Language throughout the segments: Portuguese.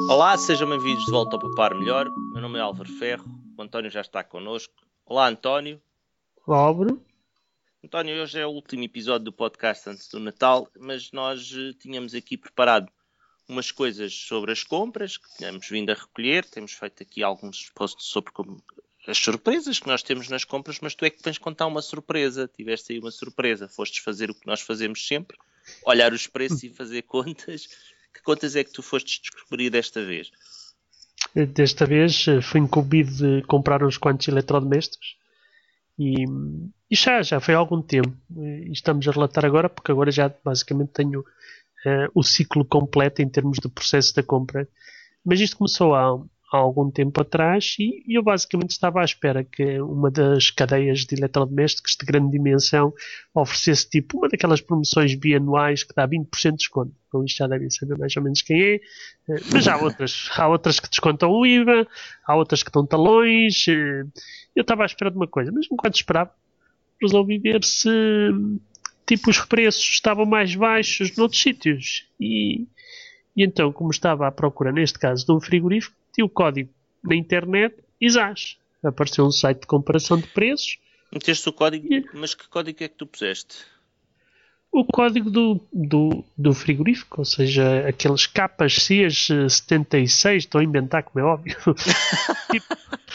Olá, sejam bem-vindos de volta ao Poupar Melhor. Meu nome é Álvaro Ferro, o António já está connosco. Olá, António. Pobre. António, hoje é o último episódio do podcast antes do Natal, mas nós tínhamos aqui preparado umas coisas sobre as compras que tínhamos vindo a recolher. Temos feito aqui alguns posts sobre as surpresas que nós temos nas compras, mas tu é que tens contar uma surpresa. Tiveste aí uma surpresa, fostes fazer o que nós fazemos sempre, olhar os preços e fazer contas. Que contas é que tu fostes descobrir desta vez? Desta vez fui incumbido de comprar uns quantos eletrodomésticos e já foi há algum tempo. E estamos a relatar agora, porque agora já basicamente tenho o ciclo completo em termos de processo da compra. Mas isto começou há algum tempo atrás e eu basicamente estava à espera que uma das cadeias de eletrodomésticos de grande dimensão oferecesse tipo uma daquelas promoções bianuais que dá 20% de desconto. Então isto já devem saber mais ou menos quem é. Mas há outras que descontam o IVA, há outras que dão talões. Eu estava à espera de uma coisa, mas enquanto esperava, resolvi ver se tipo os preços estavam mais baixos noutros sítios. E então, como estava à procura, neste caso, de um frigorífico, tinha o código na internet e zás. Apareceu um site de comparação de preços. Meteste o código, mas que código é que tu puseste? O código do frigorífico, ou seja, aqueles capas CIAs 76, estou a inventar, como é óbvio. Tipo,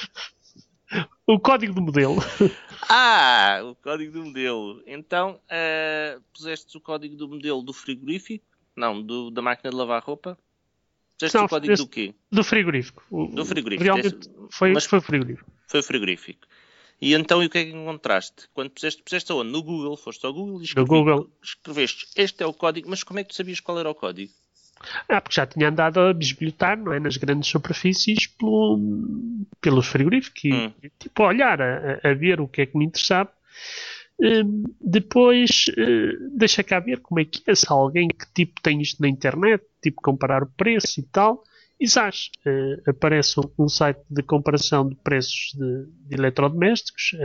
o código do modelo. O código do modelo. Então, puseste o código do modelo do frigorífico? Não, da máquina de lavar roupa? Puseste o código do quê? Do frigorífico. Do frigorífico. Realmente foi o frigorífico. Foi o frigorífico. E então, e o que é que encontraste? Quando puseste aonde? No Google? Foste ao Google e escreveste, este é o código, mas como é que tu sabias qual era o código? Porque já tinha andado a bisbilhotar, não é, nas grandes superfícies pelos frigoríficos e tipo, a olhar, a ver o que é que me interessava. Depois deixa cá ver como é que é, se há alguém que tipo tem isto na internet, tipo comparar o preço e tal, e sabes, aparece um site de comparação de preços de eletrodomésticos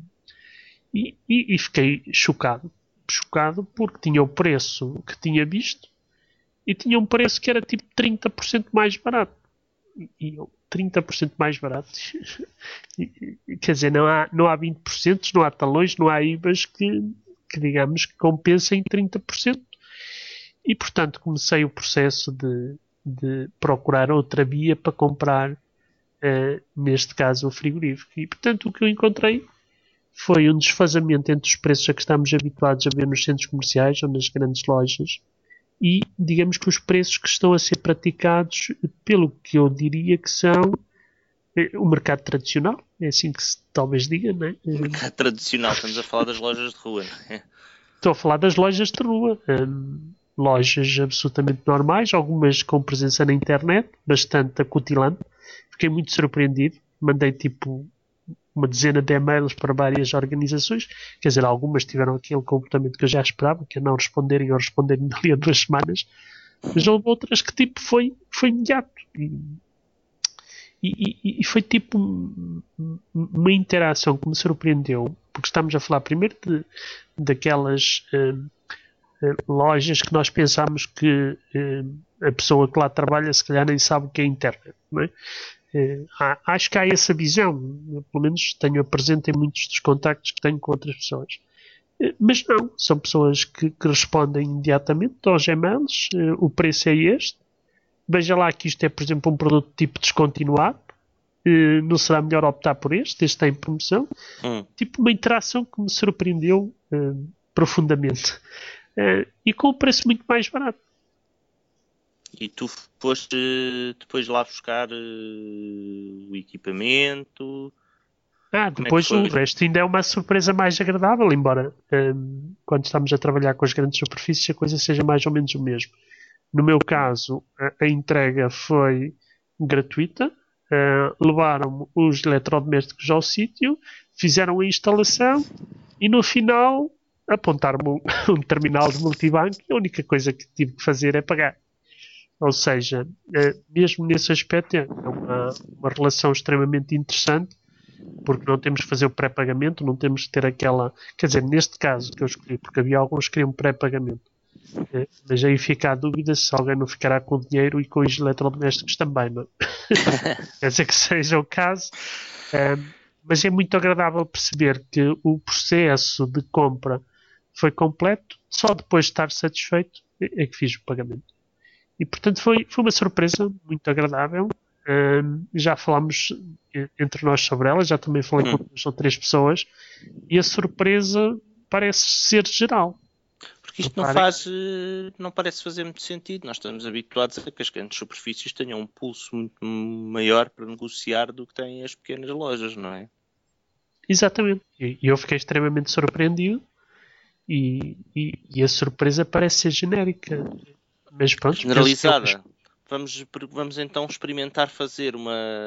e fiquei chocado porque tinha o preço que tinha visto e tinha um preço que era tipo 30% mais barato. E 30% mais barato. Quer dizer, não há 20%, não há talões, não há IVAs que digamos que compensem 30%. E portanto comecei o processo de procurar outra via para comprar, neste caso, o frigorífico. E portanto o que eu encontrei foi um desfazamento entre os preços a que estamos habituados a ver nos centros comerciais ou nas grandes lojas e digamos que os preços que estão a ser praticados pelo que eu diria que são o mercado tradicional, é assim que se talvez diga, não é? O mercado tradicional, estamos a falar das lojas de rua, não é? Estou a falar das lojas de rua, lojas absolutamente normais, algumas com presença na internet, bastante acutilante. Fiquei muito surpreendido, mandei tipo uma dezena de e-mails para várias organizações, quer dizer, algumas tiveram aquele comportamento que eu já esperava, que é não responderem ou responderem dali a 2 semanas, mas houve outras que tipo foi imediato e foi tipo uma interação que me surpreendeu, porque estamos a falar primeiro daquelas lojas que nós pensamos que a pessoa que lá trabalha se calhar nem sabe o que é internet, não é? Acho que há essa visão, pelo menos tenho a presente em muitos dos contactos que tenho com outras pessoas. Mas não, são pessoas que respondem imediatamente aos e-mails, o preço é este, veja lá que isto é, por exemplo, um produto tipo descontinuado, não será melhor optar por este está em promoção. Tipo uma interação que me surpreendeu profundamente. E com o preço muito mais barato. E tu foste depois lá buscar o equipamento? Depois o resto ainda é uma surpresa mais agradável, embora quando estamos a trabalhar com as grandes superfícies a coisa seja mais ou menos o mesmo. No meu caso, a entrega foi gratuita, levaram-me os eletrodomésticos ao sítio, fizeram a instalação e no final apontaram-me um terminal de multibanco e a única coisa que tive que fazer é pagar. Ou seja, mesmo nesse aspecto é uma relação extremamente interessante, porque não temos que fazer o pré-pagamento, não temos que ter aquela... Quer dizer, neste caso que eu escolhi, porque havia alguns que queriam pré-pagamento, Mas aí fica a dúvida se alguém não ficará com dinheiro e com os eletrodomésticos também, não é? Quer dizer que seja o caso. Mas é muito agradável perceber que o processo de compra foi completo, só depois de estar satisfeito é que fiz o pagamento. E portanto foi uma surpresa muito agradável. Já falámos entre nós sobre ela, já também falei com duas ou três pessoas, e a surpresa parece ser geral. Porque isto não parece fazer muito sentido. Nós estamos habituados a que as grandes superfícies tenham um pulso muito maior para negociar do que têm as pequenas lojas, não é? Exatamente. E eu fiquei extremamente surpreendido e a surpresa parece ser genérica. Mas pronto, generalizada. Vamos então experimentar fazer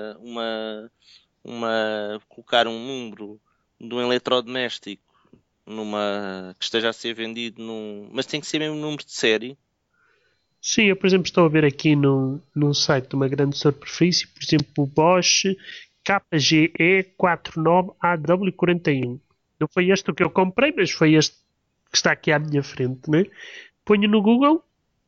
colocar um número de um eletrodoméstico que esteja a ser vendido mas tem que ser mesmo um número de série. Sim, eu por exemplo estou a ver aqui num site de uma grande superfície, por exemplo o Bosch KGE49AW41. Não foi este o que eu comprei, mas foi este que está aqui à minha frente, né? Ponho no Google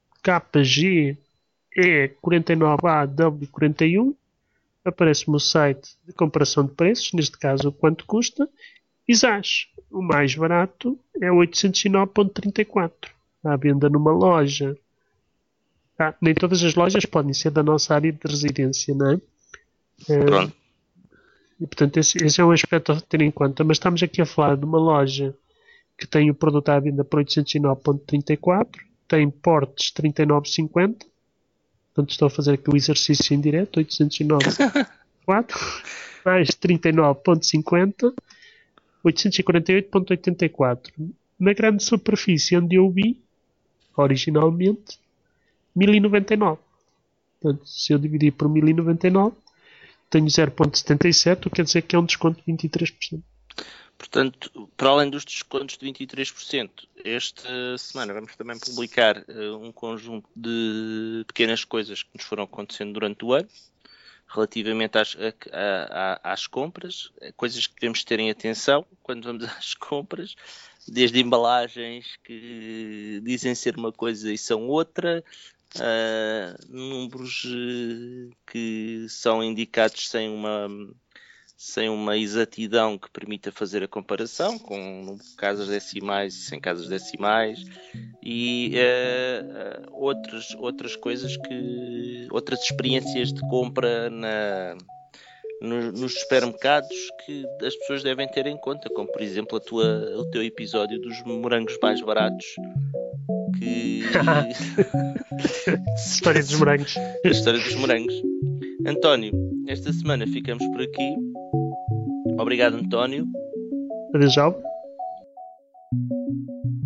KGE49AW41, aparece-me o site de comparação de preços, neste caso quanto custa, e zás, o mais barato é 809,34 à venda numa loja. Nem todas as lojas podem ser da nossa área de residência, não é? Pronto. E portanto esse é um aspecto a ter em conta, mas estamos aqui a falar de uma loja que tem o produto à venda por 809,34, tem portes 39,50, portanto estou a fazer aqui o exercício em direto, 809,4 mais 39,50, 848,84. Na grande superfície onde eu vi, originalmente, 1099. Portanto, se eu dividir por 1099, tenho 0,77, o que quer dizer que é um desconto de 23%. Portanto, para além dos descontos de 23%, esta semana vamos também publicar um conjunto de pequenas coisas que nos foram acontecendo durante o ano, relativamente às compras, coisas que devemos ter em atenção quando vamos às compras, desde embalagens que dizem ser uma coisa e são outra, números que são indicados sem uma exatidão que permita fazer a comparação, com casas decimais e sem casas decimais, e outras coisas outras experiências de compra nos supermercados que as pessoas devem ter em conta, como por exemplo o teu episódio dos morangos mais baratos. História dos morangos. A história dos morangos. António, esta semana ficamos por aqui. Obrigado, António. Adeus,